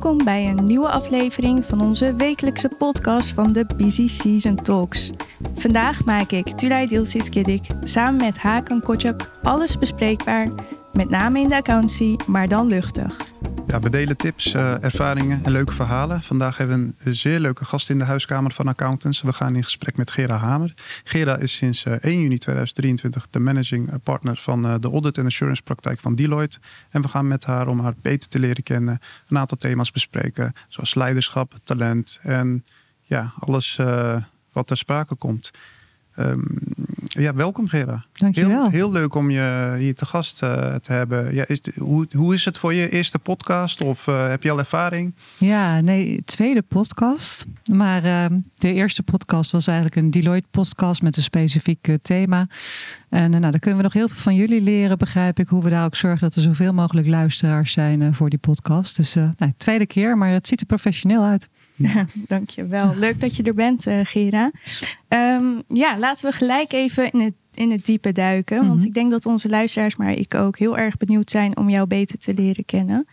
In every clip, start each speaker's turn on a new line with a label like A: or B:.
A: Welkom bij een nieuwe aflevering van onze wekelijkse podcast van de Busy Season Talks. Vandaag maak ik, Tülay Dilsiz-Gedik, samen met Hakan Kocak alles bespreekbaar, met name in de accountancy, maar dan luchtig.
B: Ja, we delen tips, ervaringen en leuke verhalen. Vandaag hebben we een zeer leuke gast in de huiskamer van accountants. We gaan in gesprek met Gera Hamer. Gera is sinds 1 juni 2023 de managing partner van de audit en assurance praktijk van Deloitte. En we gaan met haar, om haar beter te leren kennen, een aantal thema's bespreken. Zoals leiderschap, talent en ja, alles wat ter sprake komt. Welkom Gera.
C: Dankjewel.
B: Heel leuk om je hier te gast te hebben. Ja, hoe is het voor je eerste podcast of heb je al ervaring?
C: Ja, nee, tweede podcast. Maar de eerste podcast was eigenlijk een Deloitte podcast met een specifiek thema. En daar kunnen we nog heel veel van jullie leren, begrijp ik. Hoe we daar ook zorgen dat er zoveel mogelijk luisteraars zijn voor die podcast. Dus tweede keer, maar het ziet er professioneel uit.
A: Ja, dankjewel. Leuk dat je er bent, Gera. Laten we gelijk even in het diepe duiken. Mm-hmm. Want ik denk dat onze luisteraars, maar ik ook, heel erg benieuwd zijn om jou beter te leren kennen.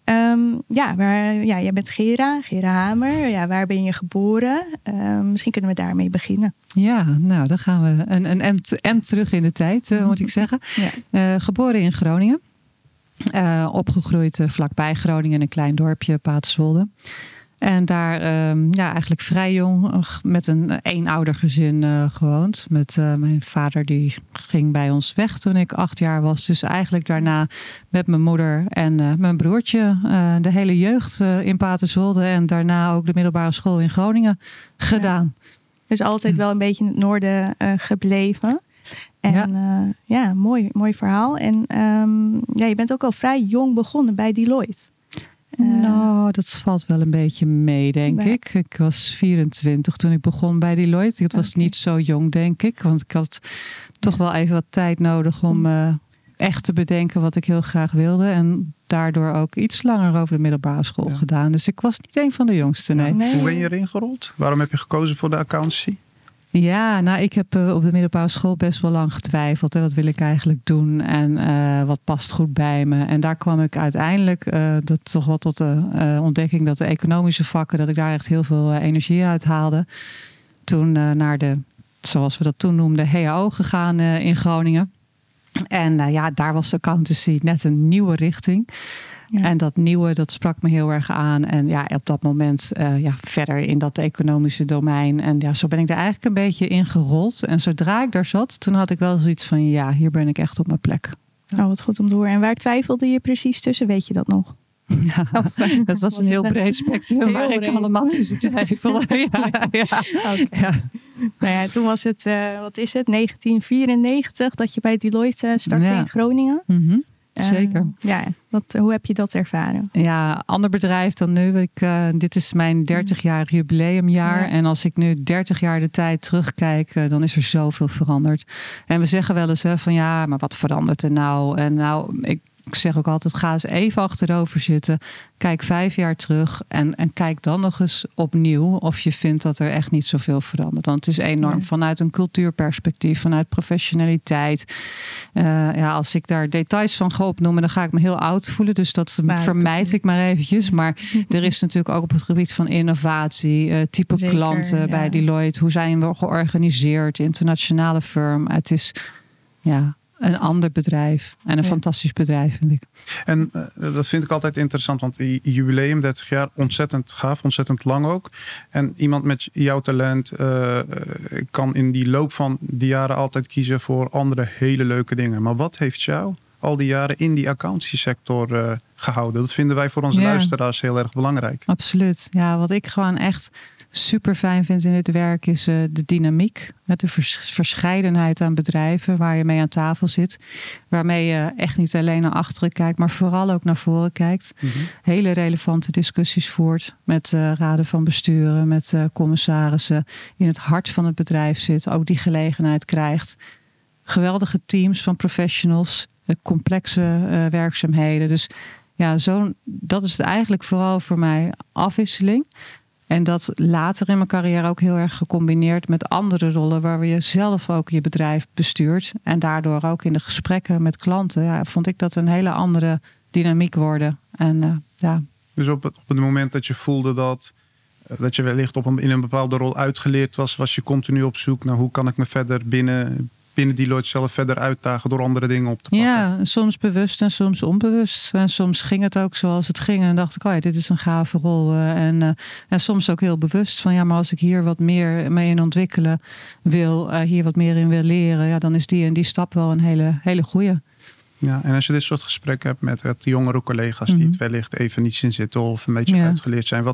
A: Jij bent Gera Hamer. Ja, waar ben je geboren? Misschien kunnen we daarmee beginnen.
C: Ja, nou, dan gaan we een end terug in de tijd, moet ik zeggen. Ja. Geboren in Groningen. Opgegroeid vlakbij Groningen in een klein dorpje, Paterswolde. En daar eigenlijk vrij jong met een eenoudergezin gewoond. Met mijn vader, die ging bij ons weg toen ik 8 jaar was. Dus eigenlijk daarna met mijn moeder en mijn broertje de hele jeugd in Paterswolde. En daarna ook de middelbare school in Groningen gedaan.
A: Ja. Dus altijd wel een beetje in het noorden gebleven. En mooi verhaal. En je bent ook al vrij jong begonnen bij Deloitte.
C: Nou, dat valt wel een beetje mee, denk ik. Ik was 24 toen ik begon bij Deloitte. Het was niet zo jong, denk ik. Want ik had toch wel even wat tijd nodig om echt te bedenken wat ik heel graag wilde. En daardoor ook iets langer over de middelbare school gedaan. Dus ik was niet een van de jongsten, nee.
B: Hoe ben je erin gerold? Waarom heb je gekozen voor de accountancy?
C: Ja, nou, ik heb op de middelbare school best wel lang getwijfeld. Wat wil ik eigenlijk doen en wat past goed bij me? En daar kwam ik uiteindelijk toch wel tot de ontdekking dat de economische vakken, dat ik daar echt heel veel energie uit haalde. Toen naar de, zoals we dat toen noemden, HAO gegaan in Groningen. En daar was de accountancy net een nieuwe richting. Ja. En dat nieuwe, dat sprak me heel erg aan. En op dat moment verder in dat economische domein. En zo ben ik er eigenlijk een beetje in gerold. En zodra ik daar zat, toen had ik wel zoiets van, hier ben ik echt op mijn plek.
A: Oh, wat goed om te horen. En waar twijfelde je precies tussen? Weet je dat nog?
C: Ja, dat was een heel breed spectrum waar ik allemaal tussen twijfelde.
A: Toen was het, 1994 dat je bij Deloitte startte in Groningen.
C: Mm-hmm. Zeker.
A: Hoe heb je dat ervaren?
C: Ja, ander bedrijf dan nu. Dit is mijn 30-jarig jubileumjaar. Ja. En als ik nu 30 jaar de tijd terugkijk, dan is er zoveel veranderd. En we zeggen wel eens van maar wat verandert er nou? En ik zeg ook altijd, ga eens even achterover zitten. Kijk 5 jaar terug en kijk dan nog eens opnieuw of je vindt dat er echt niet zoveel verandert. Want het is enorm vanuit een cultuurperspectief, vanuit professionaliteit. Als ik daar details van ga opnoemen, dan ga ik me heel oud voelen. Dus dat vermijd ik maar eventjes. Maar er is natuurlijk ook op het gebied van innovatie, type klanten bij Deloitte. Hoe zijn we georganiseerd, internationale firm. Het is een ander bedrijf. En een fantastisch bedrijf, vind ik.
B: En dat vind ik altijd interessant. Want die jubileum, 30 jaar, ontzettend gaaf. Ontzettend lang ook. En iemand met jouw talent kan in die loop van die jaren altijd kiezen voor andere hele leuke dingen. Maar wat heeft jou al die jaren in die accountancy sector gehouden? Dat vinden wij voor onze luisteraars heel erg belangrijk.
C: Absoluut. Ja, wat ik gewoon echt super fijn vind in dit werk is de dynamiek. Met de verscheidenheid aan bedrijven waar je mee aan tafel zit. Waarmee je echt niet alleen naar achteren kijkt, maar vooral ook naar voren kijkt. Mm-hmm. Hele relevante discussies voert met raden van besturen, met commissarissen. In het hart van het bedrijf zit, ook die gelegenheid krijgt. Geweldige teams van professionals, complexe werkzaamheden. Dus dat is eigenlijk vooral voor mij afwisseling. En dat later in mijn carrière ook heel erg gecombineerd met andere rollen waar je zelf ook je bedrijf bestuurt. En daardoor ook in de gesprekken met klanten vond ik dat een hele andere dynamiek worden. En
B: Dus op het moment dat je voelde dat je wellicht in een bepaalde rol uitgeleerd was je continu op zoek naar hoe kan ik me verder binnen Deloitte zelf verder uitdagen door andere dingen op te pakken.
C: Ja, soms bewust en soms onbewust. En soms ging het ook zoals het ging. En dacht ik, dit is een gave rol. En soms ook heel bewust van maar als ik hier wat meer mee in ontwikkelen wil, hier wat meer in wil leren, dan is die en die stap wel een hele goeie.
B: Ja, en als je dit soort gesprekken hebt met jongere collega's die het wellicht even niet in zitten of een beetje uitgeleerd zijn,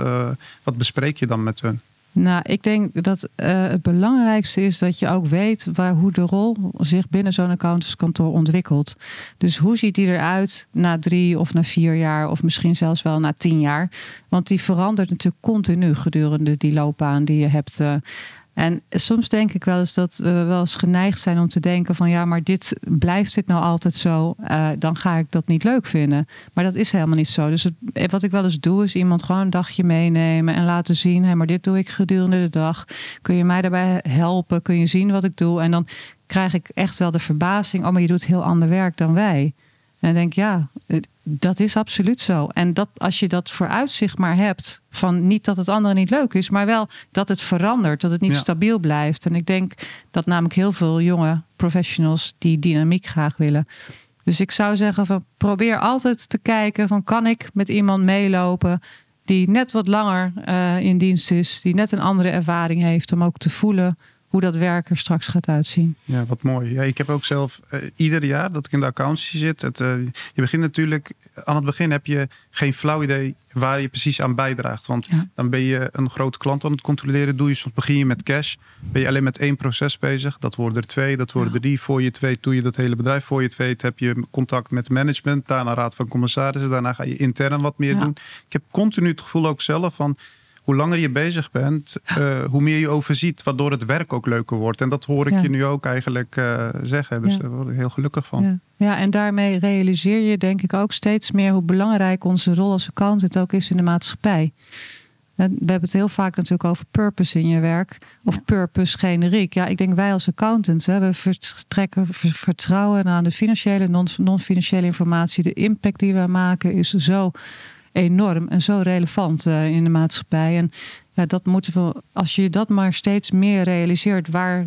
B: wat bespreek je dan met hun?
C: Nou, ik denk dat het belangrijkste is dat je ook weet hoe de rol zich binnen zo'n accountantskantoor ontwikkelt. Dus hoe ziet die eruit na 3 of na 4 jaar of misschien zelfs wel na 10 jaar? Want die verandert natuurlijk continu gedurende die loopbaan die je hebt. En soms denk ik wel eens dat we wel eens geneigd zijn om te denken van maar blijft dit nou altijd zo? Dan ga ik dat niet leuk vinden. Maar dat is helemaal niet zo. Dus wat ik wel eens doe is iemand gewoon een dagje meenemen en laten zien, maar dit doe ik gedurende de dag. Kun je mij daarbij helpen? Kun je zien wat ik doe? En dan krijg ik echt wel de verbazing, maar je doet heel ander werk dan wij. En dan denk ik, dat is absoluut zo. En als je dat vooruitzicht maar hebt, van niet dat het andere niet leuk is, maar wel dat het verandert, dat het niet stabiel blijft. En ik denk dat namelijk heel veel jonge professionals die dynamiek graag willen. Dus ik zou zeggen, van probeer altijd te kijken van kan ik met iemand meelopen die net wat langer in dienst is, die net een andere ervaring heeft om ook te voelen hoe dat werk er straks gaat uitzien. Ja,
B: wat mooi. Ja, ik heb ook zelf ieder jaar dat ik in de accountancy zit. Je begint natuurlijk, aan het begin heb je geen flauw idee waar je precies aan bijdraagt. Want dan ben je een grote klant aan het controleren. Soms begin je met cash. Ben je alleen met 1 proces bezig. Dat worden er 2, dat worden er 3. Voor je 2 doe je dat hele bedrijf. Voor je 2 heb je contact met management. Daarna raad van commissarissen. Daarna ga je intern wat meer doen. Ik heb continu het gevoel ook zelf van hoe langer je bezig bent, hoe meer je overziet, waardoor het werk ook leuker wordt. En dat hoor ik je nu ook eigenlijk zeggen. Dus daar word ik heel gelukkig van.
C: Ja, en daarmee realiseer je denk ik ook steeds meer hoe belangrijk onze rol als accountant ook is in de maatschappij. We hebben het heel vaak natuurlijk over purpose in je werk. Of purpose generiek. Ja, ik denk wij als accountants, we vertrekken vertrouwen aan de financiële, non-financiële informatie. De impact die we maken is zo enorm en zo relevant in de maatschappij. En dat moeten we, als je dat maar steeds meer realiseert,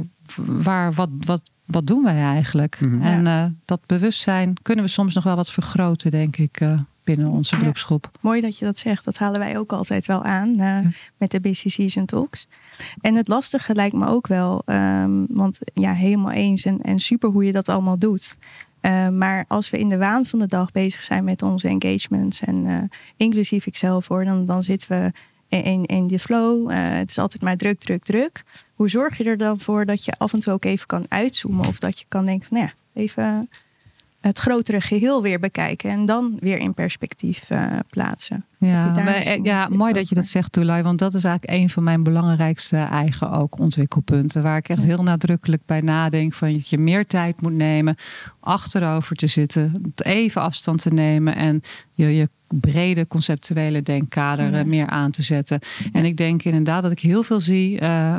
C: wat doen wij eigenlijk? Mm-hmm. En dat bewustzijn kunnen we soms nog wel wat vergroten, denk ik, binnen onze beroepsgroep.
A: Mooi dat je dat zegt. Dat halen wij ook altijd wel aan met de Busy Season Talks. En het lastige lijkt me ook wel, want helemaal eens en super hoe je dat allemaal doet. Maar als we in de waan van de dag bezig zijn met onze engagements en inclusief ikzelf dan zitten we in de flow. Het is altijd maar druk. Hoe zorg je er dan voor dat je af en toe ook even kan uitzoomen of dat je kan denken van even het grotere geheel weer bekijken en dan weer in perspectief plaatsen.
C: Ja, mooi dat je dat zegt, Toelai, want dat is eigenlijk een van mijn belangrijkste eigen ook ontwikkelpunten, waar ik echt heel nadrukkelijk bij nadenk van dat je meer tijd moet nemen, achterover te zitten, even afstand te nemen en je brede conceptuele denkkader meer aan te zetten. En ik denk inderdaad dat ik heel veel zie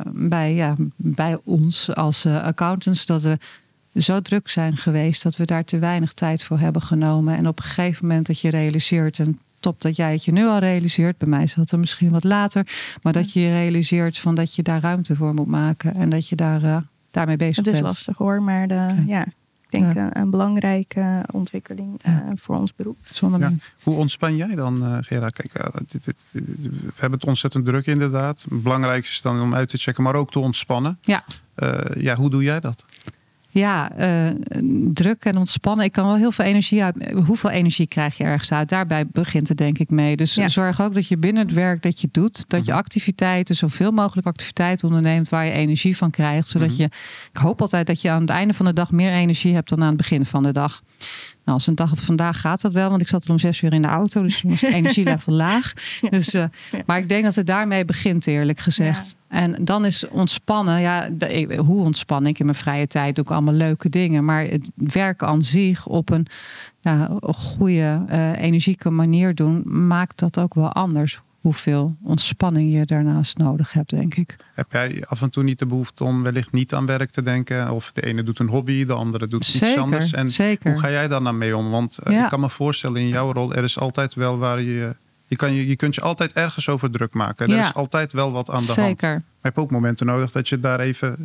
C: bij ons als accountants, dat we zo druk zijn geweest dat we daar te weinig tijd voor hebben genomen. En op een gegeven moment dat je realiseert, en top dat jij het je nu al realiseert, bij mij is dat er misschien wat later, maar dat je realiseert van dat je daar ruimte voor moet maken en dat je daarmee bezig bent.
A: Het is lastig hoor, maar ik denk een belangrijke ontwikkeling voor ons beroep.
B: Hoe ontspan jij dan, Gera? Kijk, we hebben het ontzettend druk inderdaad. Het belangrijkste is dan om uit te checken, maar ook te ontspannen. Hoe doe jij dat?
C: Ja, druk en ontspannen. Ik kan wel heel veel energie uit. Hoeveel energie krijg je ergens uit? Daarbij begint het denk ik mee. Dus zorg ook dat je binnen het werk dat je doet, dat je activiteiten, zoveel mogelijk activiteiten onderneemt waar je energie van krijgt. Zodat je, ik hoop altijd dat je aan het einde van de dag meer energie hebt dan aan het begin van de dag. Nou, als een dag als vandaag gaat dat wel, want ik zat al om 6 uur in de auto, dus was het energielevel laag. Dus, maar ik denk dat het daarmee begint, eerlijk gezegd. Ja. En dan is ontspannen, hoe ontspan ik in mijn vrije tijd? Doe ik allemaal leuke dingen, maar het werken aan zich op een goede, energieke manier doen, maakt dat ook wel anders. Hoeveel ontspanning je daarnaast nodig hebt, denk ik.
B: Heb jij af en toe niet de behoefte om wellicht niet aan werk te denken? Of de ene doet een hobby, de andere doet iets anders. En
C: zeker.
B: Hoe ga jij daar nou mee om? Want ik kan me voorstellen in jouw rol, er is altijd wel waar je Je kunt je altijd ergens over druk maken. Er is altijd wel wat aan de hand.
C: Zeker.
B: Maar je hebt ook momenten nodig dat je daar even...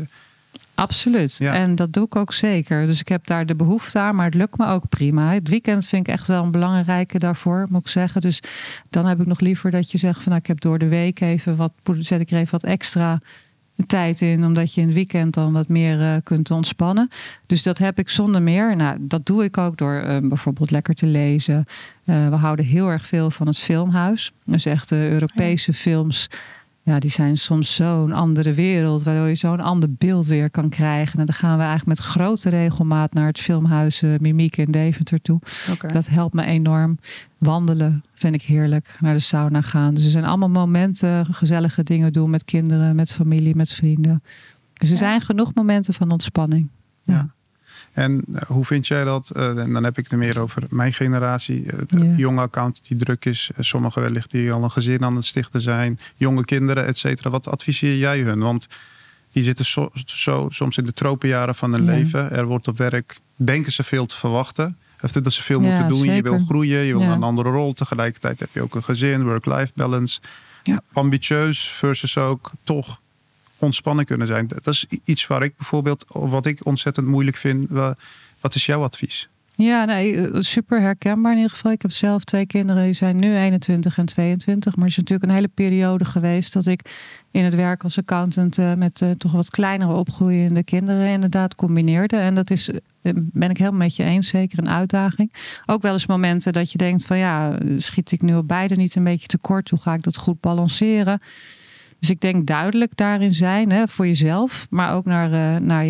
C: Absoluut. Ja. En dat doe ik ook zeker. Dus ik heb daar de behoefte aan, maar het lukt me ook prima. Het weekend vind ik echt wel een belangrijke daarvoor, moet ik zeggen. Dus dan heb ik nog liever dat je zegt van ik heb door de week zet ik er even wat extra tijd in, omdat je in het weekend dan wat meer kunt ontspannen. Dus dat heb ik zonder meer. Nou, dat doe ik ook door bijvoorbeeld lekker te lezen. We houden heel erg veel van het filmhuis. Dus echt de Europese films. Ja, die zijn soms zo'n andere wereld, waardoor je zo'n ander beeld weer kan krijgen. En dan gaan we eigenlijk met grote regelmaat naar het filmhuis Mimiek in Deventer toe. Okay. Dat helpt me enorm. Wandelen vind ik heerlijk. Naar de sauna gaan. Dus er zijn allemaal momenten, gezellige dingen doen met kinderen, met familie, met vrienden. Dus er zijn genoeg momenten van ontspanning. Ja.
B: En hoe vind jij dat? En dan heb ik het meer over mijn generatie. Jonge accountant die druk is. Sommigen wellicht die al een gezin aan het stichten zijn. Jonge kinderen, et cetera. Wat adviseer jij hun? Want die zitten soms in de tropenjaren van hun leven. Er wordt op werk, denken ze veel te verwachten. Of dat ze veel moeten doen. Zeker. Je wil groeien, je wil een andere rol. Tegelijkertijd heb je ook een gezin, work-life balance. Ja. Ambitieus versus ook toch ontspannen kunnen zijn. Dat is iets waar ik bijvoorbeeld, wat ik ontzettend moeilijk vind. Wat is jouw advies?
C: Ja, nee, super herkenbaar in ieder geval. Ik heb zelf 2 kinderen, die zijn nu 21 en 22. Maar het is natuurlijk een hele periode geweest dat ik in het werk als accountant met toch wat kleinere opgroeiende kinderen inderdaad combineerde. En dat is, ben ik helemaal met je eens, zeker een uitdaging. Ook wel eens momenten dat je denkt van ja, schiet ik nu op beide niet een beetje tekort? Hoe ga ik dat goed balanceren? Dus ik denk duidelijk daarin zijn, voor jezelf, maar ook naar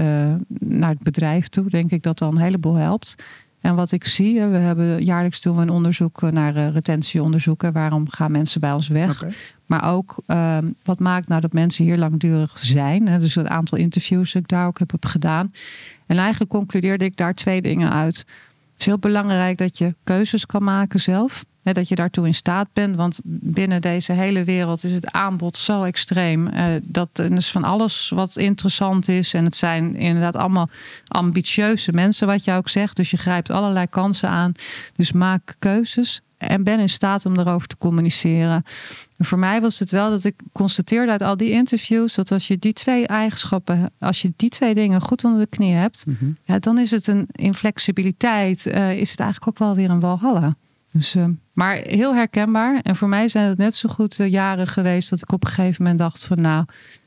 C: het bedrijf toe. Denk ik dat dan een heleboel helpt. En wat ik zie, we hebben jaarlijks doen we een onderzoek naar retentieonderzoeken. Waarom gaan mensen bij ons weg? Okay. Maar ook wat maakt nou dat mensen hier langdurig zijn. Dus een aantal interviews dat ik daar ook heb gedaan. En eigenlijk concludeerde ik daar 2 dingen uit. Het is heel belangrijk dat je keuzes kan maken zelf. Dat je daartoe in staat bent. Want binnen deze hele wereld is het aanbod zo extreem. Dat is van alles wat interessant is. En het zijn inderdaad allemaal ambitieuze mensen, wat je ook zegt. Dus je grijpt allerlei kansen aan. Dus maak keuzes. En ben in staat om erover te communiceren. En voor mij was het wel dat ik constateerde uit al die interviews, dat als je die 2 eigenschappen, als je die 2 dingen goed onder de knie hebt, dan is het in flexibiliteit, is het eigenlijk ook wel weer een walhalla. Dus, maar heel herkenbaar. En voor mij zijn het net zo goed jaren geweest dat ik op een gegeven moment dacht van nou,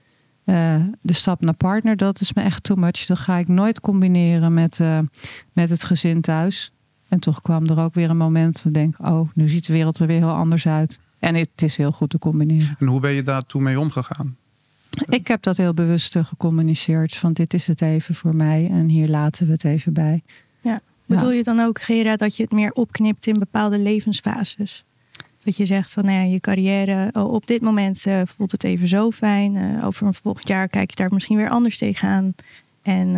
C: de stap naar partner, dat is me echt too much. Dat ga ik nooit combineren met het gezin thuis. En toch kwam er ook weer een moment dat ik denk, oh, nu ziet de wereld er weer heel anders uit. En het is heel goed te combineren.
B: En hoe ben je daar toen mee omgegaan?
C: Ik heb dat heel bewust gecommuniceerd. Van dit is het even voor mij en hier laten we het even bij.
A: Ja. Bedoel je dan ook, Gera, dat je het meer opknipt in bepaalde levensfases? Dat je zegt van, nou ja, je carrière, op dit moment voelt het even zo fijn. Over een volgend jaar kijk je daar misschien weer anders tegenaan. En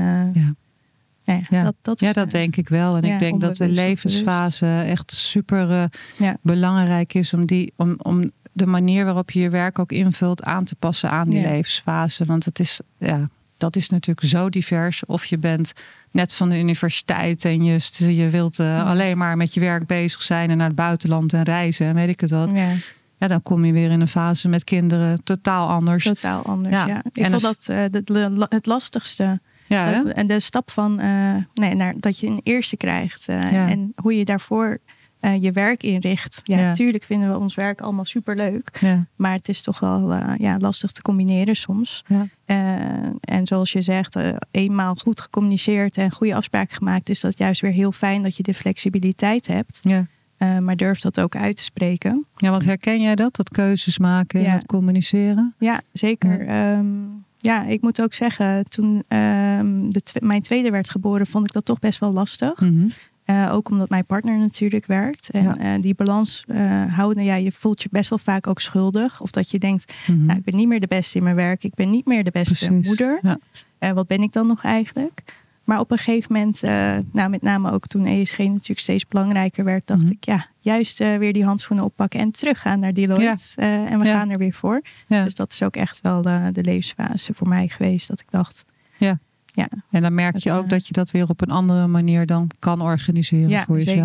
C: dat denk ik wel. En ik denk dat de levensfase echt super belangrijk is om de manier waarop je je werk ook invult aan te passen aan die levensfase. Want het is, dat is natuurlijk zo divers. Of je bent net van de universiteit en je wilt alleen maar met je werk bezig zijn en naar het buitenland en reizen en weet ik het wat. Ja, dan kom je weer in een fase met kinderen totaal anders.
A: Totaal anders, ja. Ik vond dat het lastigste.
C: Ja,
A: en de stap van naar dat je een eerste krijgt. En hoe je daarvoor je werk inricht. Ja, natuurlijk vinden we ons werk allemaal superleuk. Ja. Maar het is toch wel lastig te combineren soms. Ja. En zoals je zegt, eenmaal goed gecommuniceerd en goede afspraken gemaakt, is dat juist weer heel fijn dat je de flexibiliteit hebt. Ja. Maar durf dat ook uit te spreken.
C: Ja, want herken jij dat keuzes maken en het communiceren?
A: Ja, zeker. Ja. Ik moet ook zeggen, toen mijn tweede werd geboren, vond ik dat toch best wel lastig. Mm-hmm. Ook omdat mijn partner natuurlijk werkt. En die balans houden, je voelt je best wel vaak ook schuldig. Of dat je denkt, ik ben niet meer de beste in mijn werk. Ik ben niet meer de beste moeder. Ja. Wat ben ik dan nog eigenlijk? Maar op een gegeven moment, met name ook toen ESG natuurlijk steeds belangrijker werd, dacht ik, juist weer die handschoenen oppakken en teruggaan naar Deloitte. En we gaan er weer voor. Ja. Dus dat is ook echt wel de levensfase voor mij geweest. Dat ik dacht,
C: ja. En dan merk je ook dat je dat weer op een andere manier dan kan organiseren voor jezelf.
A: Zeker.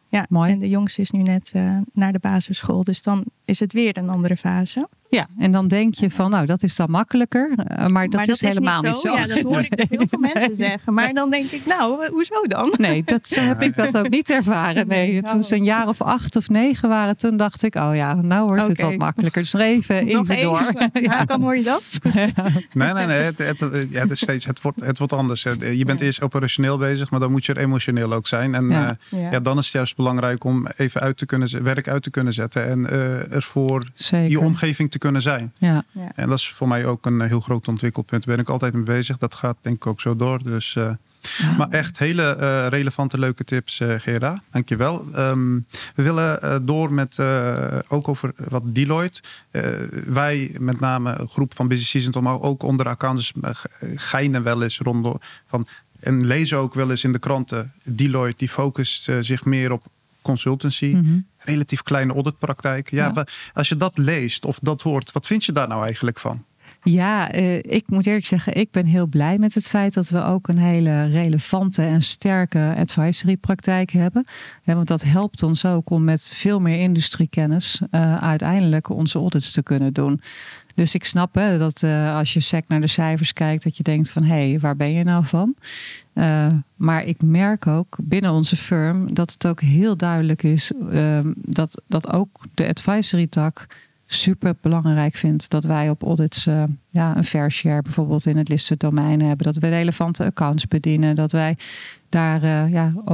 A: Ja,
C: Mooi.
A: En de jongste is nu net naar de basisschool. Dus dan is het weer een andere fase.
C: Ja, en dan denk je van, nou, dat is dan makkelijker. Maar dat is helemaal niet zo.
A: Ja, dat hoor ik heel veel mensen zeggen. Maar dan denk ik, nou, hoezo dan?
C: Nee, zo heb ik dat ook niet ervaren. Nee, toen ze een jaar of 8 of 9 waren, toen dacht ik, oh ja, nou wordt het wat makkelijker. Dus nog even door.
A: Ja, kan hoor je dat?
B: Nee. Het is steeds, het wordt anders. Je bent eerst operationeel bezig, maar dan moet je er emotioneel ook zijn. En dan is het juist belangrijk om even werk uit te kunnen zetten. En er voor je omgeving te kunnen zijn.
C: Ja.
B: En dat is voor mij ook een heel groot ontwikkelpunt. Daar ben ik altijd mee bezig. Dat gaat denk ik ook zo door. Dus, maar echt hele relevante, leuke tips, Gera. Dankjewel. We willen door met ook over wat Deloitte. Wij, met name een groep van Busy Season, maar ook onder accountants geinen wel eens rondom van. En lezen ook wel eens in de kranten. Deloitte die focust zich meer op consultancy.
C: Mm-hmm.
B: Relatief kleine auditpraktijk. Ja. Als je dat leest of dat hoort, wat vind je daar nou eigenlijk van?
C: Ja, ik moet eerlijk zeggen, ik ben heel blij met het feit dat we ook een hele relevante en sterke advisory praktijk hebben. Ja, want dat helpt ons ook om met veel meer industriekennis uiteindelijk onze audits te kunnen doen. Dus ik snap dat als je sec naar de cijfers kijkt, dat je denkt van hé, waar ben je nou van? Maar ik merk ook binnen onze firm dat het ook heel duidelijk is dat ook de advisory tak super belangrijk vindt dat wij op audits een fair share bijvoorbeeld in het listed domein hebben. Dat we relevante accounts bedienen. Dat wij daar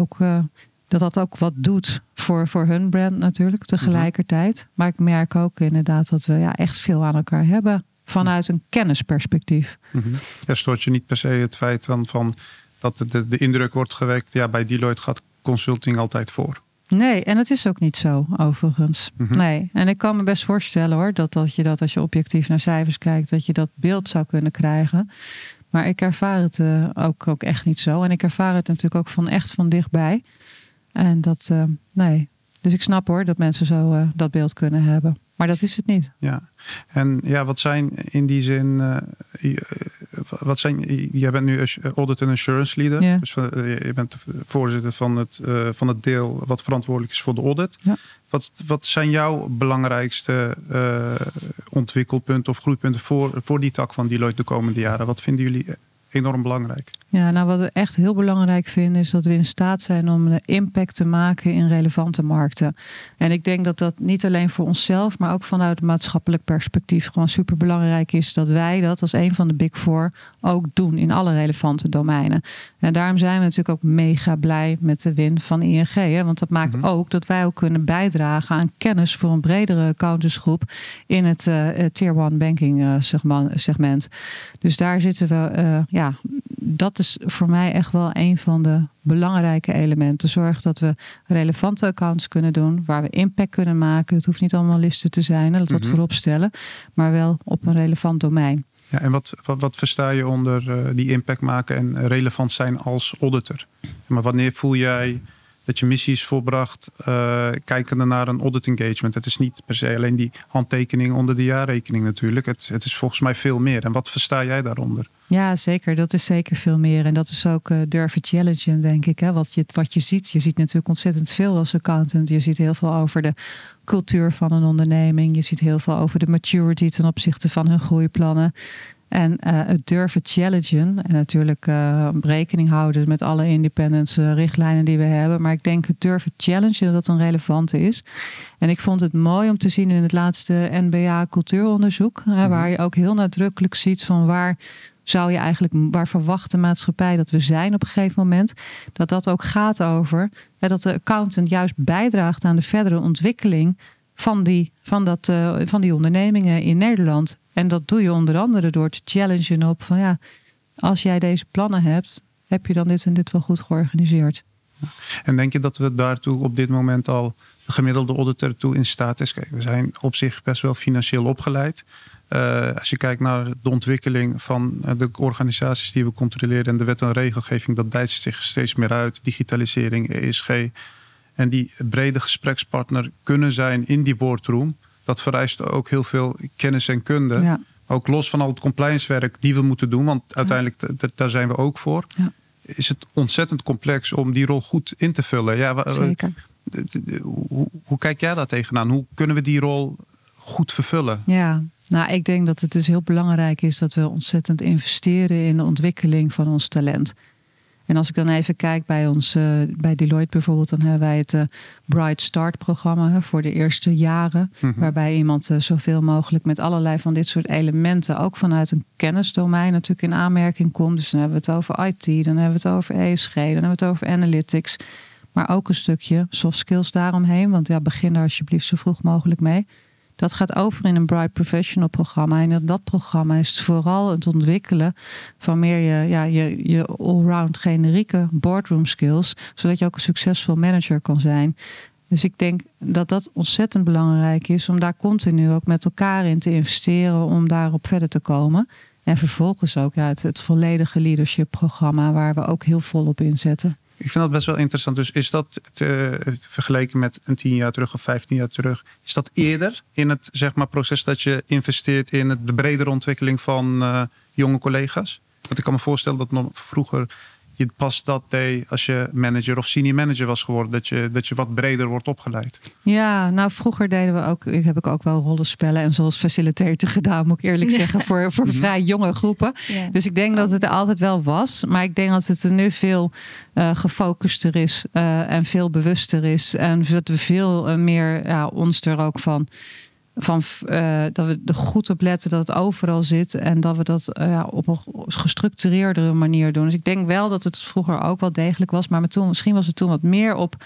C: dat ook wat doet voor hun brand natuurlijk tegelijkertijd. Mm-hmm. Maar ik merk ook inderdaad dat we echt veel aan elkaar hebben vanuit een kennisperspectief.
B: Mm-hmm. Stoort je niet per se het feit van dat de indruk wordt gewekt. Ja, bij Deloitte gaat consulting altijd voor.
C: Nee, en het is ook niet zo, overigens.
B: Mm-hmm.
C: Nee, en ik kan me best voorstellen hoor, dat als je objectief naar cijfers kijkt, dat je dat beeld zou kunnen krijgen. Maar ik ervaar het ook echt niet zo. En ik ervaar het natuurlijk ook van dichtbij. En dat, nee. Dus ik snap hoor dat mensen zo dat beeld kunnen hebben. Maar dat is het niet.
B: Ja, en wat zijn in die zin... jij bent nu Audit and Assurance Leader.
C: Ja.
B: Dus je bent voorzitter van het deel wat verantwoordelijk is voor de audit.
C: Ja.
B: Wat zijn jouw belangrijkste ontwikkelpunten of groeipunten voor die tak van Deloitte de komende jaren? Wat vinden jullie enorm belangrijk?
C: Ja, nou wat we echt heel belangrijk vinden is dat we in staat zijn om een impact te maken in relevante markten. En ik denk dat dat niet alleen voor onszelf, maar ook vanuit een maatschappelijk perspectief gewoon super belangrijk is dat wij dat als een van de Big Four ook doen in alle relevante domeinen. En daarom zijn we natuurlijk ook mega blij met de win van ING. Hè? Want dat maakt ook dat wij ook kunnen bijdragen aan kennis voor een bredere accountantsgroep in het Tier 1 banking segment. Dus daar zitten we, dat is voor mij echt wel een van de belangrijke elementen. Zorg dat we relevante accounts kunnen doen, waar we impact kunnen maken. Het hoeft niet allemaal listen te zijn, dat we het voorop stellen, maar wel op een relevant domein.
B: Ja, en wat versta je onder die impact maken en relevant zijn als auditor? Maar wanneer voel jij dat je missie is volbracht, kijkende naar een audit engagement? Het is niet per se alleen die handtekening onder de jaarrekening natuurlijk. Het is volgens mij veel meer. En wat versta jij daaronder?
C: Ja, zeker. Dat is zeker veel meer. En dat is ook durven challengen, denk ik. Hè? Wat je ziet. Je ziet natuurlijk ontzettend veel als accountant. Je ziet heel veel over de cultuur van een onderneming. Je ziet heel veel over de maturity ten opzichte van hun groeiplannen. En het durven challengen. En natuurlijk rekening houden met alle independence richtlijnen die we hebben. Maar ik denk het durven challengen dat een relevante is. En ik vond het mooi om te zien in het laatste NBA cultuuronderzoek. Waar je ook heel nadrukkelijk ziet van waar verwacht de maatschappij dat we zijn op een gegeven moment. Dat ook gaat over dat de accountant juist bijdraagt aan de verdere ontwikkeling van die ondernemingen in Nederland. En dat doe je onder andere door te challengen op van als jij deze plannen hebt, heb je dan dit en dit wel goed georganiseerd.
B: En denk je dat we daartoe op dit moment al de gemiddelde auditor toe in staat is? Kijk, we zijn op zich best wel financieel opgeleid. Als je kijkt naar de ontwikkeling van de organisaties die we controleren en de wet en regelgeving, dat dijt zich steeds meer uit. Digitalisering, ESG. En die brede gesprekspartner kunnen zijn in die boardroom. Dat vereist ook heel veel kennis en kunde. Ja. Ook los van al het compliance-werk die we moeten doen. Want uiteindelijk, daar zijn we ook voor. Ja. Is het ontzettend complex om die rol goed in te vullen.
C: Zeker.
B: Hoe kijk jij daar tegenaan? Hoe kunnen we die rol goed vervullen?
C: Ja, nou, ik denk dat het dus heel belangrijk is dat we ontzettend investeren in de ontwikkeling van ons talent. En als ik dan even kijk bij Deloitte bijvoorbeeld, dan hebben wij het Bright Start programma voor de eerste jaren. Mm-hmm. Waarbij iemand zoveel mogelijk met allerlei van dit soort elementen, ook vanuit een kennisdomein natuurlijk in aanmerking komt. Dus dan hebben we het over IT, dan hebben we het over ESG, dan hebben we het over analytics. Maar ook een stukje soft skills daaromheen. Want begin daar alsjeblieft zo vroeg mogelijk mee. Dat gaat over in een Bright Professional programma. En in dat programma is het vooral het ontwikkelen van meer je allround generieke boardroom skills. Zodat je ook een succesvol manager kan zijn. Dus ik denk dat dat ontzettend belangrijk is om daar continu ook met elkaar in te investeren om daarop verder te komen. En vervolgens ook het volledige leadership programma waar we ook heel volop inzetten.
B: Ik vind dat best wel interessant. Dus is dat vergeleken met een 10 jaar terug of 15 jaar terug, is dat eerder in het proces dat je investeert in de bredere ontwikkeling van jonge collega's? Want ik kan me voorstellen dat nog vroeger je pas dat deed als je manager of senior manager was geworden, dat je wat breder wordt opgeleid. Ja,
C: nou vroeger deden we ook, heb ik ook wel rollenspellen en zoals facilitator gedaan, moet ik eerlijk zeggen, voor vrij jonge groepen. Ja. Dus ik denk dat het er altijd wel was, maar ik denk dat het er nu veel gefocuster is en veel bewuster is en dat we veel meer ons er ook van dat we er goed op letten dat het overal zit en dat we dat op een gestructureerdere manier doen. Dus ik denk wel dat het vroeger ook wel degelijk was, maar misschien was het toen wat meer op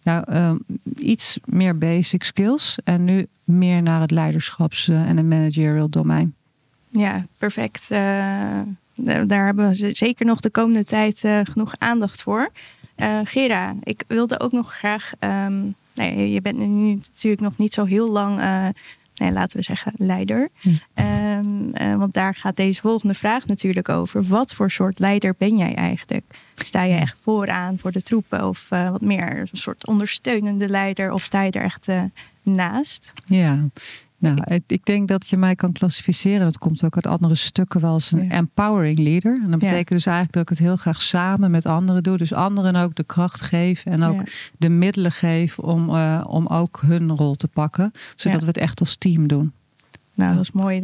C: iets meer basic skills en nu meer naar het leiderschaps- en het managerial domein.
A: Ja, perfect. Daar hebben we zeker nog de komende tijd genoeg aandacht voor. Gera, ik wilde ook nog graag, je bent nu natuurlijk nog niet zo heel lang laten we zeggen leider. Want daar gaat deze volgende vraag natuurlijk over. Wat voor soort leider ben jij eigenlijk? Sta je echt vooraan voor de troepen? Of wat meer een soort ondersteunende leider? Of sta je er echt naast?
C: Ja, nou, ik denk dat je mij kan klassificeren. Dat komt ook uit andere stukken wel als een empowering leader. En dat betekent dus eigenlijk dat ik het heel graag samen met anderen doe. Dus anderen ook de kracht geven en ook de middelen geven om ook hun rol te pakken. Zodat we het echt als team doen.
A: Nou, dat is mooi.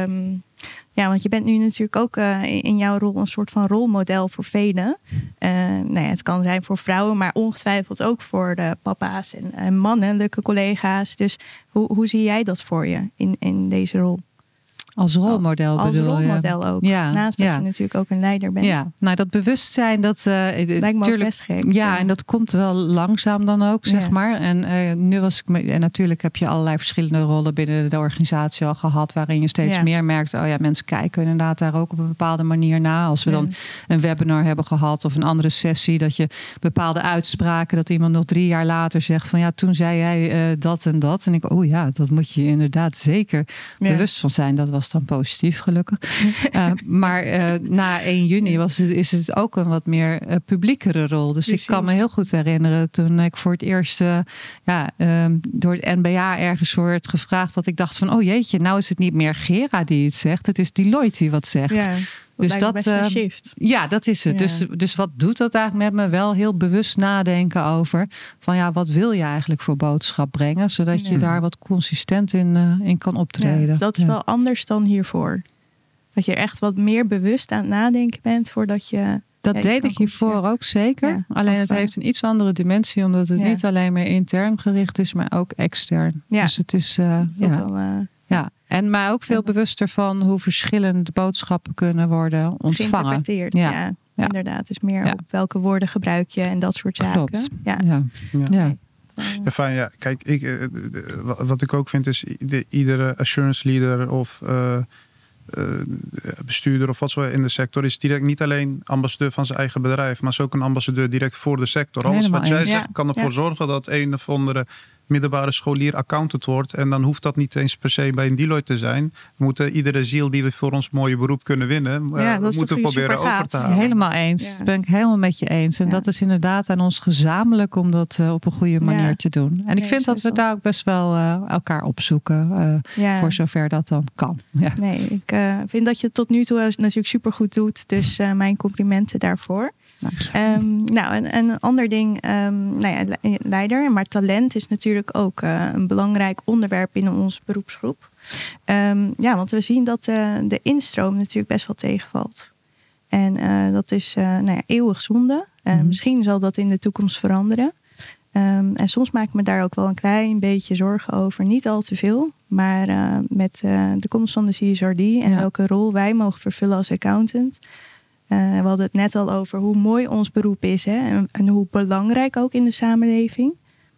A: Want je bent nu natuurlijk ook in jouw rol een soort van rolmodel voor velen. Het kan zijn voor vrouwen, maar ongetwijfeld ook voor de papa's en mannelijke collega's. Dus hoe zie jij dat voor je in deze rol?
C: Als rolmodel bedoel je?
A: Als rolmodel ook. Ja, naast dat je natuurlijk ook een leider bent.
C: Ja, nou dat bewustzijn, dat
A: lijkt me ook best gek.
C: Ja, en dat komt wel langzaam dan ook, zeg maar. En nu was ik en natuurlijk heb je allerlei verschillende rollen binnen de organisatie al gehad, waarin je steeds meer merkt, mensen kijken inderdaad daar ook op een bepaalde manier na. Als we dan een webinar hebben gehad of een andere sessie, dat je bepaalde uitspraken, dat iemand nog 3 jaar later zegt van toen zei jij dat en dat. En ik, dat moet je inderdaad zeker bewust van zijn. Dat was dan positief, gelukkig. Maar na 1 juni is het ook een wat meer publiekere rol. Dus precies. Ik kan me heel goed herinneren toen ik voor het eerst door het NBA ergens werd gevraagd, dat ik dacht van, oh jeetje, nou is het niet meer Gera die het zegt. Het is Deloitte die wat zegt.
A: Ja. Dus dat een shift.
C: Ja, dat is het. Ja. Dus wat doet dat eigenlijk met me? Wel heel bewust nadenken over van wat wil je eigenlijk voor boodschap brengen, zodat je daar wat consistent in kan optreden. Ja,
A: dus dat is wel anders dan hiervoor. Dat je echt wat meer bewust aan het nadenken bent voordat je.
C: Dat deed ik hiervoor ook zeker. Ja, alleen het heeft een iets andere dimensie, omdat het niet alleen maar intern gericht is, maar ook extern. Ja. Dus het is en maar ook veel bewuster van hoe verschillende boodschappen kunnen worden ontvangen.
A: Geïnterpreteerd, ja. Inderdaad. Dus meer op welke woorden gebruik je en dat soort zaken.
C: Klopt.
B: Ja. Kijk, wat ik ook vind is iedere assurance leader of bestuurder of wat zo in de sector is direct niet alleen ambassadeur van zijn eigen bedrijf, maar is ook een ambassadeur direct voor de sector. Alles wat jij zegt kan ervoor zorgen dat een of andere middelbare scholier accountant wordt. En dan hoeft dat niet eens per se bij een Deloitte te zijn. We moeten iedere ziel die we voor ons mooie beroep kunnen winnen, we moeten proberen over te halen.
C: Helemaal eens. Dat ben ik helemaal met je eens. En dat is inderdaad aan ons gezamenlijk om dat op een goede manier te doen. En ik vind dat we daar ook best wel elkaar opzoeken. Voor zover dat dan kan. Ja.
A: Nee, ik vind dat je het tot nu toe natuurlijk supergoed doet. Dus mijn complimenten daarvoor.
C: Nou.
A: En een ander ding, leider. Maar talent is natuurlijk ook een belangrijk onderwerp in onze beroepsgroep. Want we zien dat de instroom natuurlijk best wel tegenvalt. En dat is eeuwig zonde. Misschien zal dat in de toekomst veranderen. En soms maak ik me daar ook wel een klein beetje zorgen over. Niet al te veel. Maar met de komst van de CSRD en welke rol wij mogen vervullen als accountant. We hadden het net al over hoe mooi ons beroep is. Hè? En hoe belangrijk ook in de samenleving.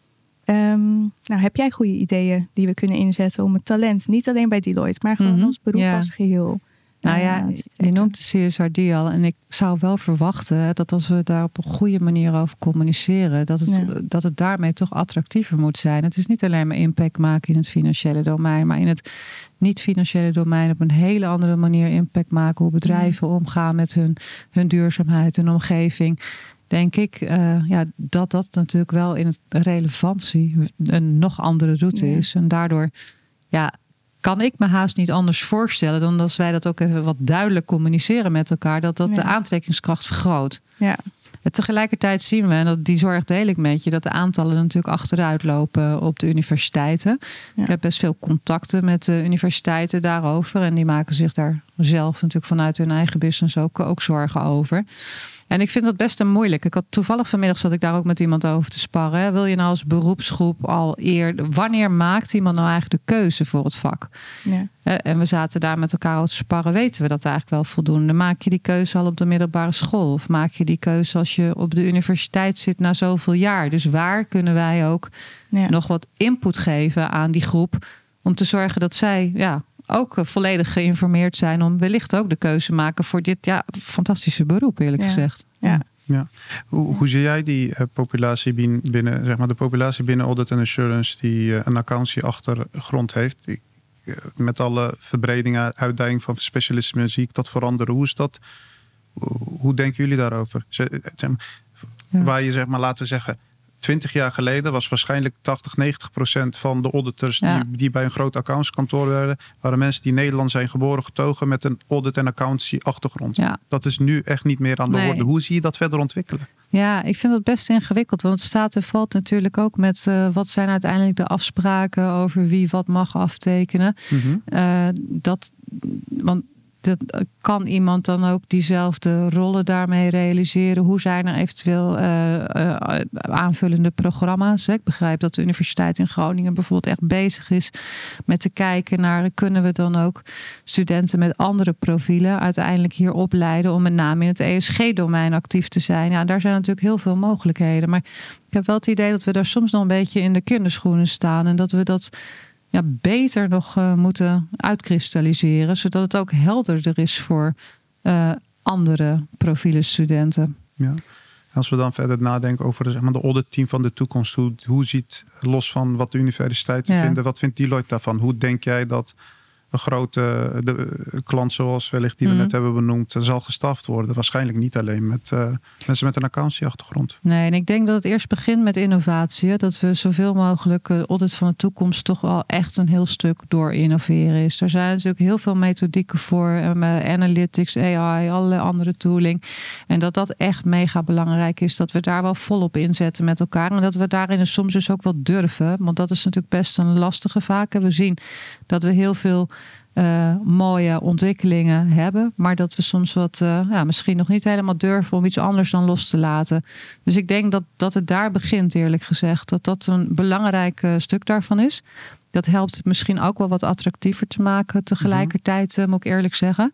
A: Heb jij goede ideeën die we kunnen inzetten om het talent, niet alleen bij Deloitte, maar gewoon als beroep als geheel.
C: Je noemt de CSRD al. En ik zou wel verwachten dat als we daar op een goede manier over communiceren, dat het daarmee toch attractiever moet zijn. Het is niet alleen maar impact maken in het financiële domein, maar in het niet-financiële domein op een hele andere manier impact maken. Hoe bedrijven omgaan met hun duurzaamheid en omgeving. Denk ik dat natuurlijk wel in het relevantie een nog andere route is. En daardoor kan ik me haast niet anders voorstellen dan als wij dat ook even wat duidelijk communiceren met elkaar, dat de aantrekkingskracht vergroot. Ja. En tegelijkertijd zien we, en die zorg deel ik met je, dat de aantallen natuurlijk achteruit lopen op de universiteiten. Ja. Ik heb best veel contacten met de universiteiten daarover. En die maken zich daar zelf natuurlijk vanuit hun eigen business ook zorgen over. En ik vind dat best een moeilijk. Toevallig vanmiddag zat ik daar ook met iemand over te sparren. Hè. Wil je nou als beroepsgroep wanneer maakt iemand nou eigenlijk de keuze voor het vak? Ja. En we zaten daar met elkaar over te sparren. Weten we dat eigenlijk wel voldoende? Maak je die keuze al op de middelbare school? Of maak je die keuze als je op de universiteit zit na zoveel jaar? Dus waar kunnen wij ook nog wat input geven aan die groep om te zorgen dat zij ook volledig geïnformeerd zijn om wellicht ook de keuze maken voor dit fantastische beroep, eerlijk gezegd.
B: Ja. Hoe zie jij die populatie binnen, zeg maar de populatie binnen audit en assurance die een accountancy-achtergrond heeft? Met alle verbredingen, uitdaging van specialisme zie ik dat veranderen. Hoe is dat? Hoe denken jullie daarover? Waar je, zeg maar, laten we zeggen, 20 jaar geleden was waarschijnlijk 80-90% van de auditors die bij een groot accountskantoor werden, waren mensen die in Nederland zijn geboren, getogen met een audit- en accountancy achtergrond. Ja. Dat is nu echt niet meer aan de orde. Hoe zie je dat verder ontwikkelen? Ja, ik vind dat best ingewikkeld. Want het staat en valt natuurlijk ook met wat zijn uiteindelijk de afspraken over wie wat mag aftekenen. Want kan iemand dan ook diezelfde rollen daarmee realiseren? Hoe zijn er eventueel aanvullende programma's? Ik begrijp dat de Universiteit in Groningen bijvoorbeeld echt bezig is met te kijken naar, kunnen we dan ook studenten met andere profielen uiteindelijk hier opleiden om met name in het ESG-domein actief te zijn? Ja, daar zijn natuurlijk heel veel mogelijkheden. Maar ik heb wel het idee dat we daar soms nog een beetje in de kinderschoenen staan en dat we dat beter nog moeten uitkristalliseren, zodat het ook helderder is voor andere profielen studenten. Ja. Als we dan verder nadenken over de auditteam van de toekomst, hoe ziet, los van wat de universiteiten vinden, wat vindt Deloitte daarvan? Hoe denk jij dat een grote klant zoals wellicht die we net hebben benoemd zal gestaffd worden? Waarschijnlijk niet alleen met mensen met een accountancy-achtergrond.
C: Nee, en ik denk dat het eerst begint met innovatie. Dat we zoveel mogelijk audit van de toekomst toch wel echt een heel stuk door innoveren is. Er zijn natuurlijk heel veel methodieken voor. Analytics, AI, allerlei andere tooling. En dat echt mega belangrijk is. Dat we daar wel volop inzetten met elkaar. En dat we daarin soms dus ook wel durven. Want dat is natuurlijk best een lastige vaak. En we zien dat we heel veel mooie ontwikkelingen hebben, maar dat we soms wat misschien nog niet helemaal durven om iets anders dan los te laten. Dus ik denk dat het daar begint, eerlijk gezegd. Dat een belangrijk stuk daarvan is. Dat helpt het misschien ook wel wat attractiever te maken. Tegelijkertijd, moet ik eerlijk zeggen.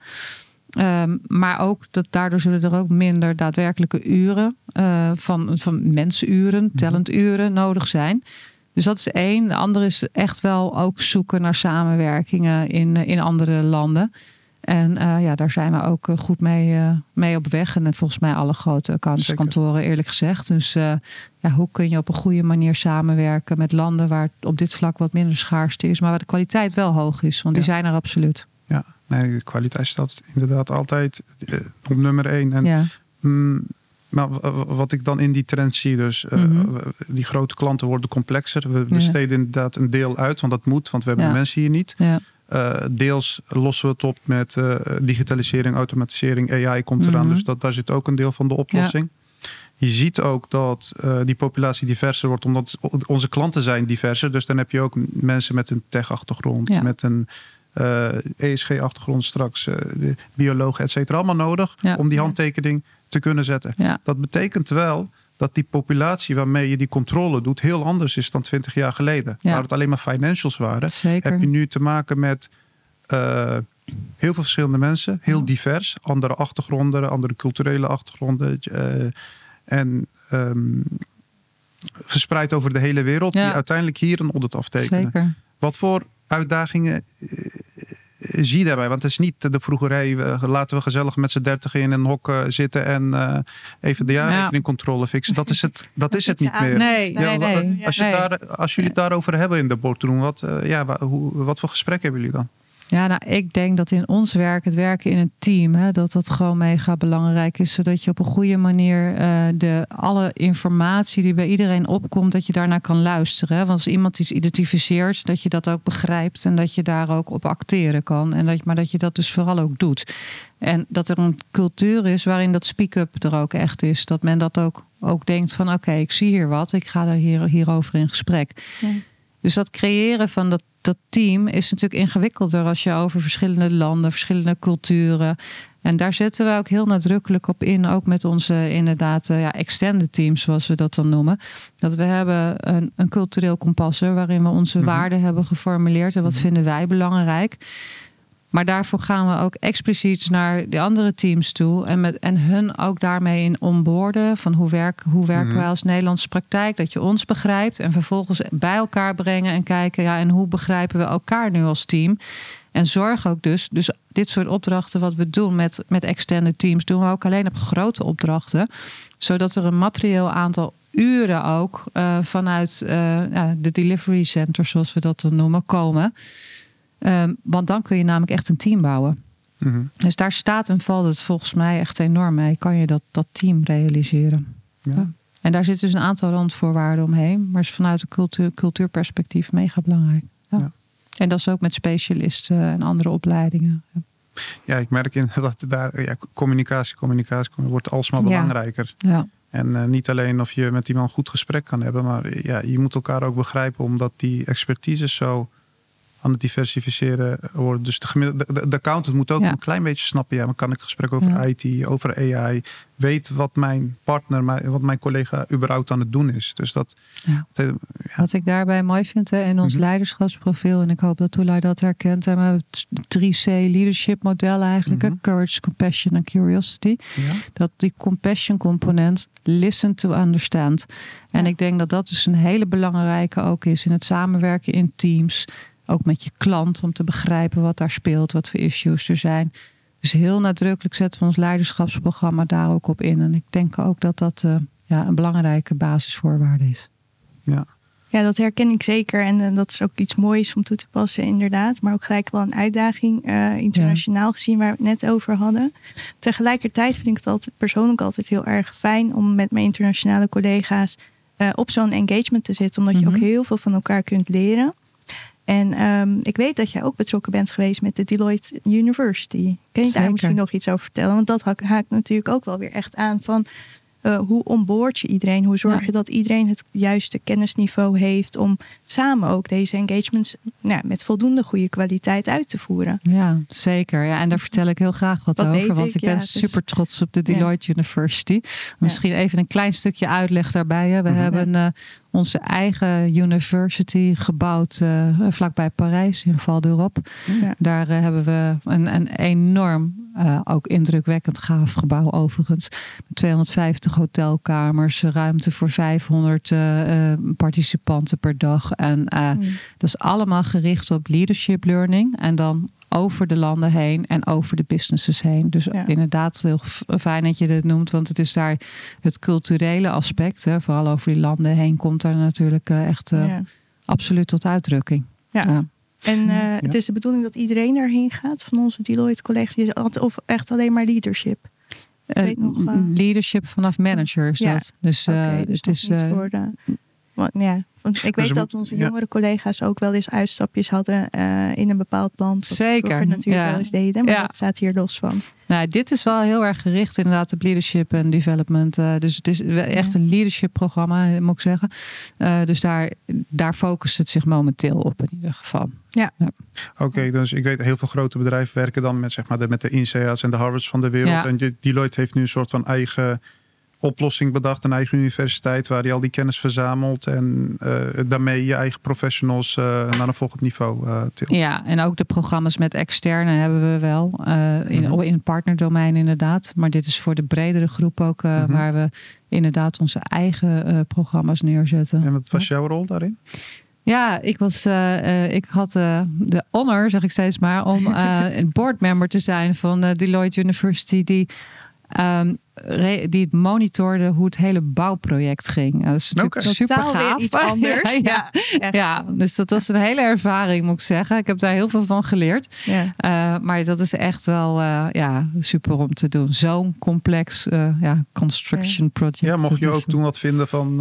C: Maar ook daardoor zullen er ook minder daadwerkelijke uren van mensuren, talenturen nodig zijn. Dus dat is één. De andere is echt wel ook zoeken naar samenwerkingen in andere landen. En daar zijn we ook goed mee op weg. En volgens mij alle grote accountantskantoren, eerlijk gezegd. Dus hoe kun je op een goede manier samenwerken met landen waar het op dit vlak wat minder schaarste is, maar waar de kwaliteit wel hoog is. Want die zijn er absoluut.
B: Ja, nee, de kwaliteit staat inderdaad altijd op nummer 1. En maar wat ik dan in die trend zie, dus die grote klanten worden complexer. We besteden inderdaad een deel uit, want dat moet, want we hebben de mensen hier niet. Ja. Deels lossen we het op met digitalisering, automatisering, AI komt eraan. Dus daar zit ook een deel van de oplossing. Je ziet ook dat die populatie diverser wordt, omdat onze klanten zijn diverser. Dus dan heb je ook mensen met een tech-achtergrond, met een ESG-achtergrond straks, de biologen, et cetera, allemaal nodig om die handtekening te kunnen zetten. Ja. Dat betekent wel dat die populatie waarmee je die controle doet heel anders is dan 20 jaar geleden. Waar het alleen maar financials waren.
C: Zeker.
B: Heb je nu te maken met heel veel verschillende mensen, heel divers, andere achtergronden, andere culturele achtergronden en verspreid over de hele wereld, die uiteindelijk hier een audit aftekenen.
C: Zeker.
B: Wat voor uitdagingen zie je daarbij? Want het is niet de vroeger, laten we gezellig met z'n 30 in een hok zitten en even de jaarrekeningcontrole fixen. Dat is het niet meer.
C: Nee.
B: Als jullie het daarover hebben in de boardroom, wat voor gesprek hebben jullie dan?
C: Ja, nou, ik denk dat in ons werk, het werken in een team, dat gewoon mega belangrijk is. Zodat je op een goede manier alle informatie die bij iedereen opkomt, dat je daarnaar kan luisteren. Want als iemand iets identificeert, dat je dat ook begrijpt en dat je daar ook op acteren kan. Maar dat je dat dus vooral ook doet. En dat er een cultuur is waarin dat speak-up er ook echt is. Dat men dat ook denkt van oké, ik zie hier wat, ik ga daar hierover in gesprek. Ja. Dus dat creëren van dat team is natuurlijk ingewikkelder als je over verschillende landen, verschillende culturen. En daar zetten we ook heel nadrukkelijk op in. Ook met onze inderdaad extended teams, zoals we dat dan noemen. Dat we hebben een cultureel kompas waarin we onze waarden hebben geformuleerd. En wat vinden wij belangrijk. Maar daarvoor gaan we ook expliciet naar de andere teams toe. En hun ook daarmee in onboarden. Van hoe werken wij als Nederlandse praktijk. Dat je ons begrijpt. En vervolgens bij elkaar brengen en kijken. Ja, en hoe begrijpen we elkaar nu als team. En zorg ook dus dit soort opdrachten wat we doen met extended teams. Doen we ook alleen op grote opdrachten. Zodat er een materieel aantal uren ook vanuit de delivery centers, zoals we dat dan noemen, komen. Want dan kun je namelijk echt een team bouwen. Mm-hmm. Dus daar staat en valt het volgens mij echt enorm mee. Kan je dat team realiseren. Ja. En daar zit dus een aantal randvoorwaarden omheen. Maar is vanuit een cultuurperspectief mega belangrijk. Ja. En dat is ook met specialisten en andere opleidingen.
B: Ja, ik merk inderdaad daar communicatie wordt alsmaar belangrijker. Ja. En niet alleen of je met iemand een goed gesprek kan hebben. Maar je moet elkaar ook begrijpen. Omdat die expertise zo aan het diversificeren worden. Dus de accountant moet ook een klein beetje snappen. Ja, maar kan ik gesprek over IT, over AI, weet wat mijn partner, wat mijn collega überhaupt aan het doen is. Dus dat.
C: Wat ik daarbij mooi vind in ons leiderschapsprofiel, en ik hoop dat Tulay dat herkent, we hebben het 3C leadership model eigenlijk, courage, compassion en curiosity. Ja. Dat die compassion component, listen to understand. En ik denk dat dus een hele belangrijke ook is in het samenwerken in teams. Ook met je klant om te begrijpen wat daar speelt, wat voor issues er zijn. Dus heel nadrukkelijk zetten we ons leiderschapsprogramma daar ook op in. En ik denk ook dat dat een belangrijke basisvoorwaarde is.
A: Ja, dat herken ik zeker. En dat is ook iets moois om toe te passen inderdaad. Maar ook gelijk wel een uitdaging internationaal gezien waar we het net over hadden. Tegelijkertijd vind ik het persoonlijk altijd heel erg fijn om met mijn internationale collega's op zo'n engagement te zitten. Omdat je ook heel veel van elkaar kunt leren. En ik weet dat jij ook betrokken bent geweest met de Deloitte University. Kun je daar misschien nog iets over vertellen? Want dat haakt natuurlijk ook wel weer echt aan van hoe onboard je iedereen? Hoe zorg je dat iedereen het juiste kennisniveau heeft om samen ook deze engagements met voldoende goede kwaliteit uit te voeren?
C: Ja, zeker. Ja, en daar vertel ik heel graag wat over. Want ik ben super trots op de Deloitte University. Misschien even een klein stukje uitleg daarbij. We hebben onze eigen university gebouwd vlakbij Parijs in Val d'Europe. Ja. Daar hebben we een enorm, ook indrukwekkend gaaf gebouw overigens. Met 250 hotelkamers, ruimte voor 500 participanten per dag. En dat is allemaal gericht op leadership learning. En dan over de landen heen en over de businesses heen. Dus inderdaad heel fijn dat je dit noemt. Want het is daar het culturele aspect. Vooral over die landen heen komt daar natuurlijk echt absoluut tot uitdrukking.
A: Ja. En het is de bedoeling dat iedereen daarheen gaat van onze Deloitte-collega's? Of echt alleen maar leadership?
C: Leadership vanaf managers.
A: Ja.
C: Dat. Dus het is...
A: Ik weet dat onze jongere collega's ook wel eens uitstapjes hadden in een bepaald land.
C: Zeker.
A: Natuurlijk wel eens deden, maar dat staat hier los van.
C: Nou, dit is wel heel erg gericht inderdaad op leadership en development. Dus het is echt een leadership programma, moet ik zeggen. Dus daar focust het zich momenteel op in ieder geval.
A: Ja.
B: Oké, dus ik weet heel veel grote bedrijven werken dan met, zeg maar, met de INSEAD's en de Harvards van de wereld. Ja. En Deloitte heeft nu een soort van eigen oplossing bedacht, een eigen universiteit waar je al die kennis verzamelt en daarmee je eigen professionals naar een volgend niveau tilt.
C: Ja, en ook de programma's met externe hebben we wel in het partnerdomein inderdaad. Maar dit is voor de bredere groep ook waar we inderdaad onze eigen programma's neerzetten.
B: En wat was jouw rol daarin?
C: Ja, ik had de honor, zeg ik steeds maar, om een boardmember te zijn van Deloitte University die het monitorde hoe het hele bouwproject ging. Dat is natuurlijk super gaaf.
A: Iets anders.
C: Ja, dus dat was een hele ervaring, moet ik zeggen. Ik heb daar heel veel van geleerd. Ja. Maar dat is echt wel super om te doen. Zo'n complex construction project.
B: Ja, mocht je ook toen wat vinden van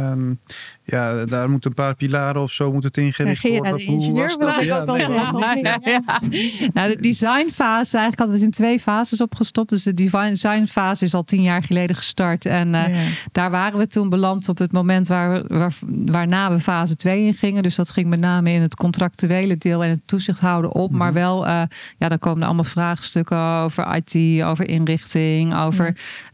B: daar moeten een paar pilaren of zo moet het ingericht worden.
A: De ingenieur wil ik ook wel zeggen.
C: Nou, de designfase, eigenlijk hadden we het in 2 fases opgestopt. Dus de designfase is al 10 jaar geleden gestart. En daar waren we toen beland op het moment waarna we fase 2 in gingen. Dus dat ging met name in het contractuele deel en het toezicht houden op. Maar wel, dan komen er allemaal vraagstukken over IT, over inrichting, over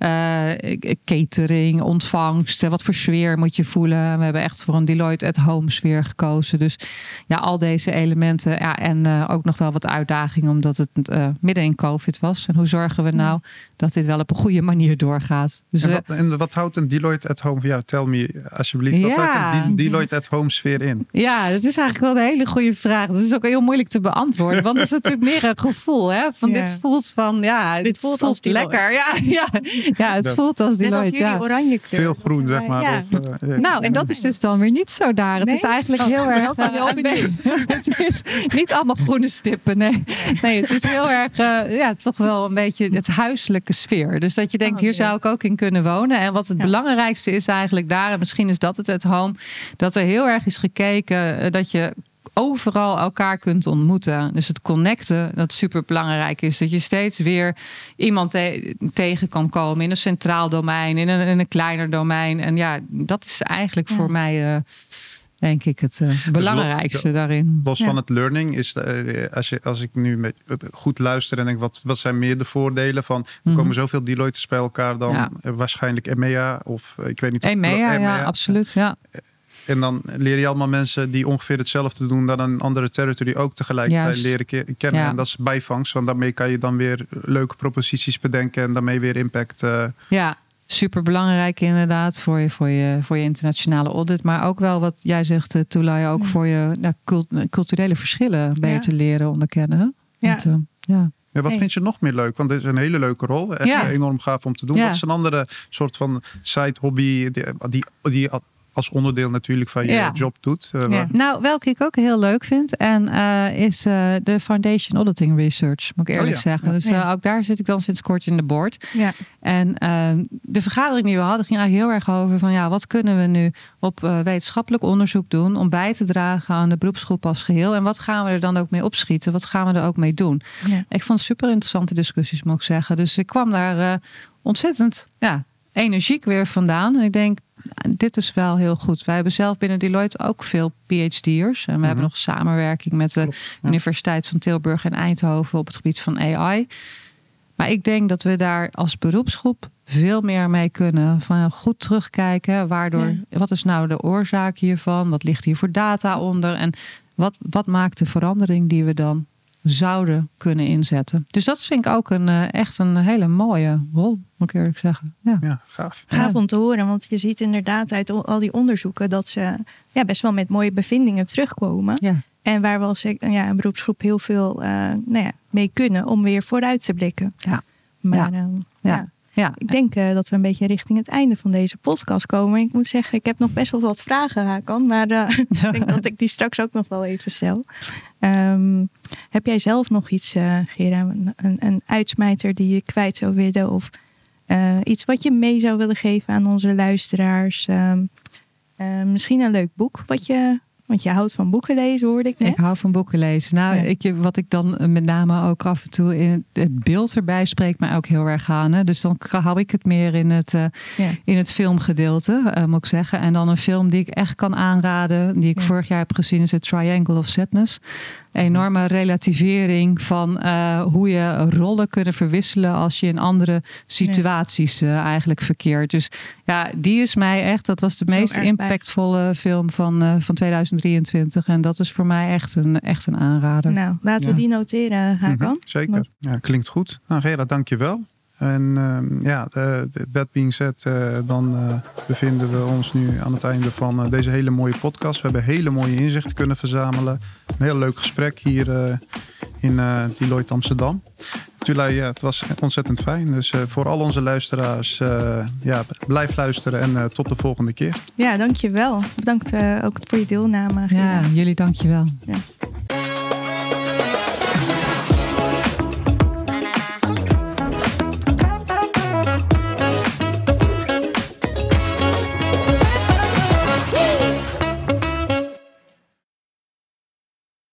C: catering, ontvangst. Wat voor sfeer moet je voelen? We hebben echt voor een Deloitte at home sfeer gekozen. Dus ja, al deze elementen. Ja, en ook nog wel wat uitdagingen omdat het midden in COVID was. En hoe zorgen we nou dat dit wel op een goede manier doorgaat? Dus,
B: en wat houdt een Deloitte at home? Ja, tell me alsjeblieft. Wat houdt een Deloitte at home sfeer in? Ja,
C: dat is eigenlijk wel een hele goede vraag. Dat is ook heel moeilijk te beantwoorden. Want het is natuurlijk meer een gevoel. Hè? Van dit voelt van, dit voelt lekker. Ja, het voelt als Deloitte.
A: Net als jullie oranje kleur.
B: Veel groen, zeg maar.
A: Ja.
C: Nou, en dat is dus dan weer niet zo daar. Het is eigenlijk heel erg... Het is niet allemaal groene stippen. Nee, het is heel erg... toch wel een beetje het huiselijke sfeer. Dus dat je denkt, hier zou ik ook in kunnen wonen. En wat het belangrijkste is eigenlijk daar... en misschien is dat het at home... dat er heel erg is gekeken dat je overal elkaar kunt ontmoeten. Dus het connecten, dat super belangrijk is. Dat je steeds weer iemand tegen kan komen in een centraal domein, in een kleiner domein. En dat is eigenlijk voor mij denk ik het belangrijkste daarin.
B: Los van het learning is, als ik nu goed luister en denk, wat zijn meer de voordelen van, er komen zoveel Deloitte's bij elkaar dan waarschijnlijk EMEA of ik weet niet.
C: EMEA, absoluut, ja.
B: En dan leer je allemaal mensen die ongeveer hetzelfde doen dan een andere territory ook tegelijkertijd leren kennen. Ja. En dat is bijvangst, want daarmee kan je dan weer leuke proposities bedenken en daarmee weer impact.
C: Ja, super belangrijk inderdaad voor je internationale audit. Maar ook wel wat jij zegt, Tulay, ook voor je culturele verschillen beter leren onderkennen.
A: Ja.
B: Ja, wat vind je nog meer leuk? Want dit is een hele leuke rol. Echt enorm gaaf om te doen. Wat is een andere soort van side hobby die als onderdeel natuurlijk van je job doet?
C: Nou, welke ik ook heel leuk vind. En is de Foundation Auditing Research, moet ik eerlijk zeggen. Dus ook daar zit ik dan sinds kort in de board. Ja. En de vergadering die we hadden ging eigenlijk heel erg over van wat kunnen we nu op wetenschappelijk onderzoek doen om bij te dragen aan de beroepsgroep als geheel. En wat gaan we er dan ook mee opschieten? Wat gaan we er ook mee doen? Ja. Ik vond super interessante discussies, moet ik zeggen. Dus ik kwam daar ontzettend energiek weer vandaan. En ik denk, dit is wel heel goed. Wij hebben zelf binnen Deloitte ook veel PhD'ers. En we hebben nog samenwerking met de Universiteit van Tilburg en Eindhoven op het gebied van AI. Maar ik denk dat we daar als beroepsgroep veel meer mee kunnen. Van goed terugkijken. Wat is nou de oorzaak hiervan? Wat ligt hier voor data onder? En wat maakt de verandering die we dan zouden kunnen inzetten. Dus dat vind ik ook echt een hele mooie rol, moet ik eerlijk zeggen.
B: Ja, gaaf.
A: Gaaf om te horen, want je ziet inderdaad uit al die onderzoeken dat ze best wel met mooie bevindingen terugkomen. Ja. En waar we als een beroepsgroep heel veel mee kunnen om weer vooruit te blikken. Ja. Maar ik denk dat we een beetje richting het einde van deze podcast komen. Ik moet zeggen, ik heb nog best wel wat vragen, Hakan. Maar ik denk dat ik die straks ook nog wel even stel. Heb jij zelf nog iets, Gera, een uitsmijter die je kwijt zou willen? Of iets wat je mee zou willen geven aan onze luisteraars? Misschien een leuk boek want je houdt van boeken lezen, hoorde ik net.
C: Ik hou van boeken lezen. Nou, wat ik dan met name ook af en toe in het beeld erbij spreekt mij ook heel erg aan. Hè? Dus dan hou ik het meer in het filmgedeelte, moet ik zeggen. En dan een film die ik echt kan aanraden, die ik vorig jaar heb gezien, is The Triangle of Sadness. Enorme relativering van hoe je rollen kunnen verwisselen als je in andere situaties eigenlijk verkeert. Dus ja, die is mij echt, dat was de meest impactvolle film van 2023. En dat is voor mij echt een aanrader.
A: Nou, laten we die noteren, Hakan.
B: Zeker, ja, klinkt goed. Nou, Gera, dank je wel. En that being said, dan bevinden we ons nu aan het einde van deze hele mooie podcast. We hebben hele mooie inzichten kunnen verzamelen. Een heel leuk gesprek hier in Deloitte Amsterdam. Tulay, het was ontzettend fijn. Dus voor al onze luisteraars, blijf luisteren en tot de volgende keer.
A: Ja, dankjewel. Bedankt ook voor je deelname.
C: Ja, jullie dankjewel.
A: Yes.